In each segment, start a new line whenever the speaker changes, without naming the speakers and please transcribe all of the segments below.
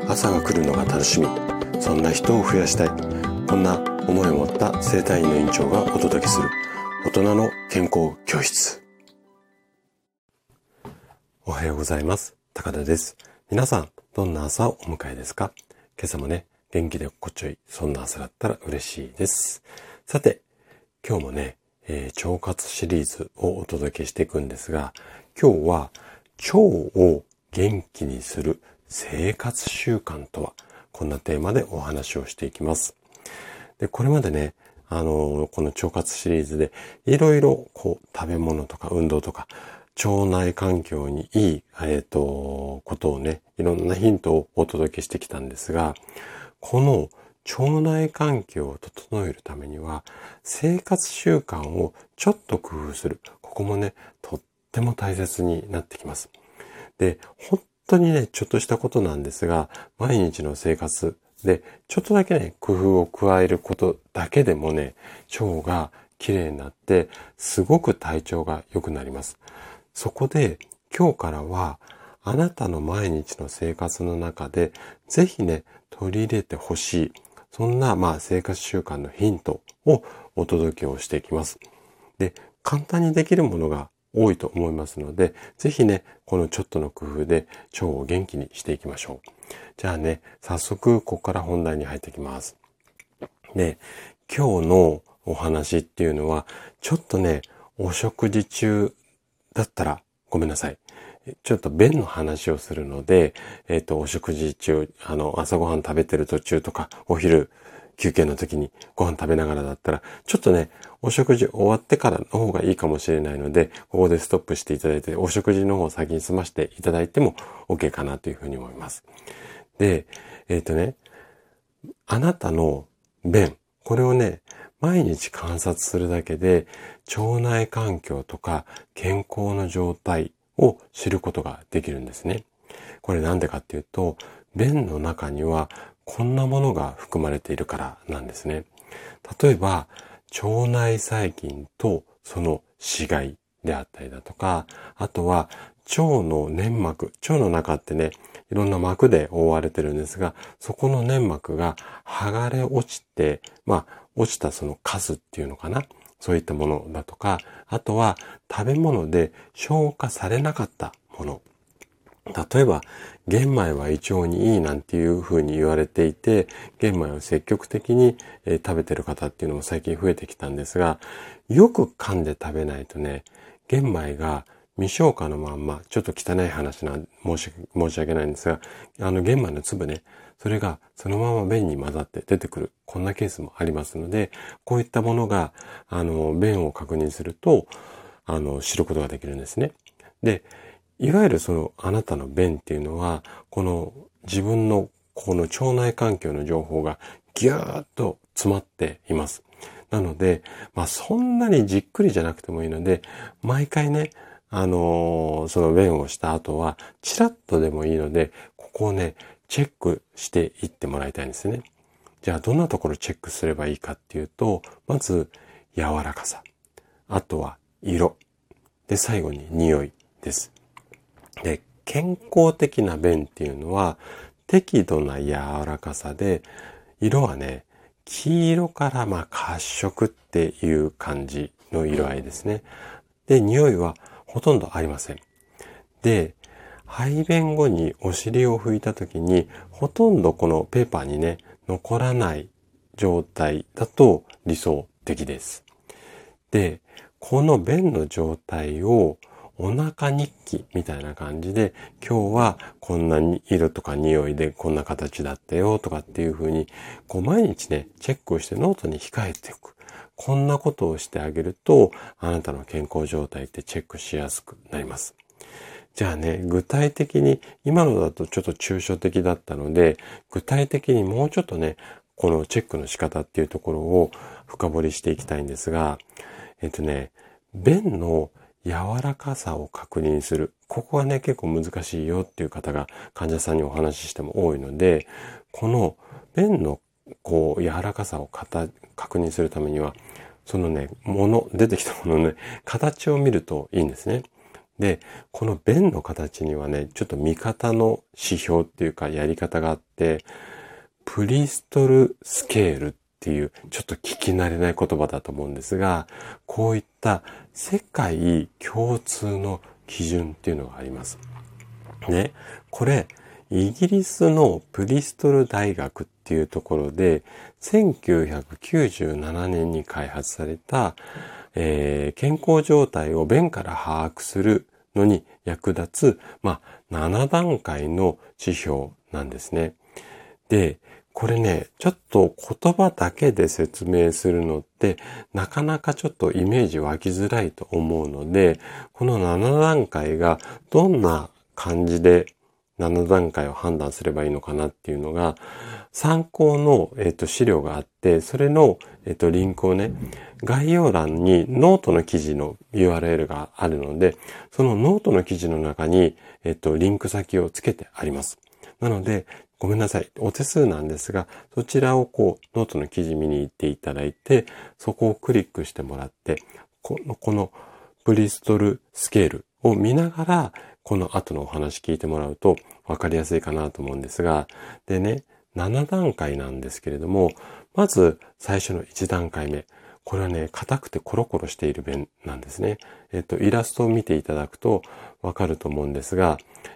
朝が来るのが楽しみ、そんな人を増やしたい、こんな思いを持った整体院の院長がお届けする大人の健康教室。おはようございます。高田です。皆さんどんな朝をお迎えですか？今朝もね、元気で心地よい、そんな朝だったら嬉しいです。さて、今日もね、腸活シリーズをお届けしていくんですが、今日は腸を元気にする生活習慣とは、こんなテーマでお話をしていきます。で、これまでね、この腸活シリーズでいろいろ食べ物とか運動とか腸内環境にいい、ことをね、いろんなヒントをお届けしてきたんですが、この腸内環境を整えるためには、生活習慣をちょっと工夫する。ここもね、とっても大切になってきます。で、本当にね、ちょっとしたことなんですが、毎日の生活で、ちょっとだけね、工夫を加えることだけでもね、腸がきれいになって、すごく体調が良くなります。そこで、今日からは、あなたの毎日の生活の中で、ぜひね、取り入れてほしい。そんな、生活習慣のヒントをお届けをしていきます。で、簡単にできるものが多いと思いますので、ぜひね、このちょっとの工夫で腸を元気にしていきましょう。じゃあね、早速、ここから本題に入っていきます。で、今日のお話っていうのは、ちょっとね、お食事中だったらごめんなさい。ちょっと便の話をするので、お食事中、朝ごはん食べてる途中とか、お昼休憩の時にご飯食べながらだったら、ちょっとね、お食事終わってからの方がいいかもしれないので、ここでストップしていただいて、お食事の方を先に済ましていただいても OK かなというふうに思います。で、あなたの便、これをね、毎日観察するだけで、腸内環境とか健康の状態を知ることができるんですね。これなんでかっていうと、便の中にはこんなものが含まれているからなんですね。例えば、腸内細菌とその死骸であったりだとか、あとは腸の粘膜、腸の中ってね、いろんな膜で覆われてるんですが、そこの粘膜が剥がれ落ちて、落ちたそのカスっていうのかな。そういったものだとか、あとは食べ物で消化されなかったもの。例えば、玄米は胃腸にいいなんていうふうに言われていて、玄米を積極的に食べてる方っていうのも最近増えてきたんですが、よく噛んで食べないとね、玄米が未消化のまんま、ちょっと汚い話な申し訳ないんですが、玄米の粒ね、それがそのまま便に混ざって出てくる、こんなケースもありますので、こういったものが、便を確認すると、知ることができるんですね。で、いわゆるあなたの便っていうのは、この自分のこの腸内環境の情報がギューッと詰まっています。なので、そんなにじっくりじゃなくてもいいので、毎回ね、その便をした後は、チラッとでもいいので、ここをね、チェックしていってもらいたいんですね。じゃあ、どんなところチェックすればいいかっていうと、まず、柔らかさ。あとは、色。で、最後に匂いです。で、健康的な便っていうのは、適度な柔らかさで、色はね、黄色から褐色っていう感じの色合いですね。で、匂いはほとんどありません。で、排便後にお尻を拭いた時に、ほとんどこのペーパーにね、残らない状態だと理想的です。で、この便の状態をお腹日記みたいな感じで、今日はこんな色とか匂いでこんな形だったよとかっていう風に、毎日ね、チェックをしてノートに控えておく。こんなことをしてあげると、あなたの健康状態ってチェックしやすくなります。じゃあね、具体的に、今のだとちょっと抽象的だったので、具体的にもうちょっとね、このチェックの仕方っていうところを深掘りしていきたいんですが、便の柔らかさを確認する。ここはね、結構難しいよっていう方が患者さんにお話ししても多いので、この便の柔らかさを確認するためには、そのね、出てきたもののね、形を見るといいんですね。 で、この便の形にはね、ちょっと見方の指標っていうかやり方があって、プリストルスケールっていう、ちょっと聞き慣れない言葉だと思うんですが、こういった世界共通の基準っていうのがあります。ね、これ、イギリスのプリストル大学っていうところで、1997年に開発された、健康状態を便から把握するのに役立つ、7段階の指標なんですね。で、これね、ちょっと言葉だけで説明するのって、なかなかちょっとイメージ湧きづらいと思うので、この7段階がどんな感じで7段階を判断すればいいのかなっていうのが、参考の、資料があって、それの、リンクをね、概要欄にノートの記事の URL があるので、そのノートの記事の中に、リンク先をつけてあります。なので、ごめんなさい。お手数なんですが、そちらをノートの記事見に行っていただいて、そこをクリックしてもらって、このブリストルスケールを見ながら、この後のお話聞いてもらうと分かりやすいかなと思うんですが、でね、7段階なんですけれども、まず最初の1段階目。これはね、硬くてコロコロしている便なんですね。イラストを見ていただくと分かると思うんですが、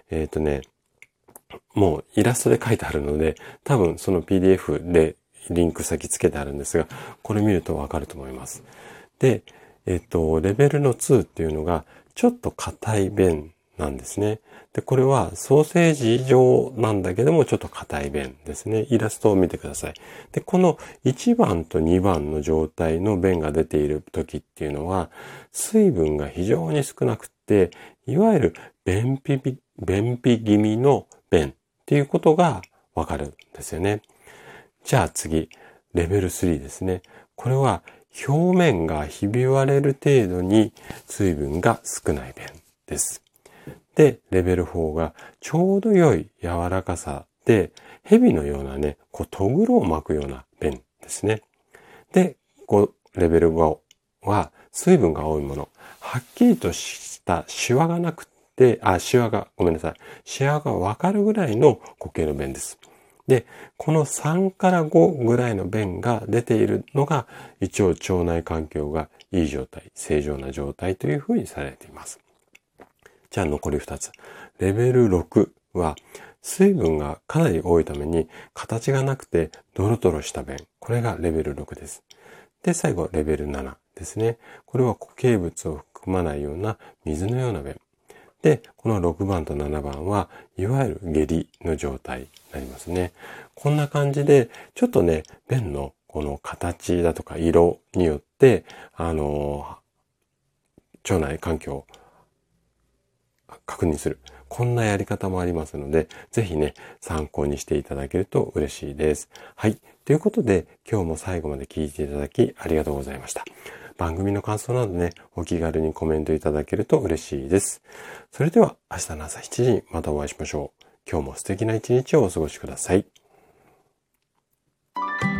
もうイラストで書いてあるので、多分その PDF でリンク先つけてあるんですが、これ見るとわかると思います。で、レベルの2っていうのが、ちょっと硬い便なんですね。で、これはソーセージ状なんだけども、ちょっと硬い便ですね。イラストを見てください。で、この1番と2番の状態の便が出ている時っていうのは、水分が非常に少なくて、いわゆる便秘気味の便っていうことがわかるんですよね。じゃあ次、レベル3ですね。これは表面がひび割れる程度に水分が少ない便です。で、レベル4がちょうど良い柔らかさで、蛇のようなね、とぐろを巻くような便ですね。で、レベル5は水分が多いもの。はっきりとしたシワがなくて、シワがわかるぐらいの固形の便です。で、この3から5ぐらいの便が出ているのが、一応腸内環境がいい状態、正常な状態というふうにされています。じゃあ残り2つ。レベル6は、水分がかなり多いために、形がなくてドロドロした便。これがレベル6です。で、最後、レベル7ですね。これは固形物を含まないような水のような便。で、この6番と7番は、いわゆる下痢の状態になりますね。こんな感じで、ちょっとね、便のこの形だとか色によって、腸内環境を確認する。こんなやり方もありますので、ぜひね、参考にしていただけると嬉しいです。はい。ということで、今日も最後まで聞いていただきありがとうございました。番組の感想などね、お気軽にコメントいただけると嬉しいです。それでは、明日の朝7時にまたお会いしましょう。今日も素敵な一日をお過ごしください。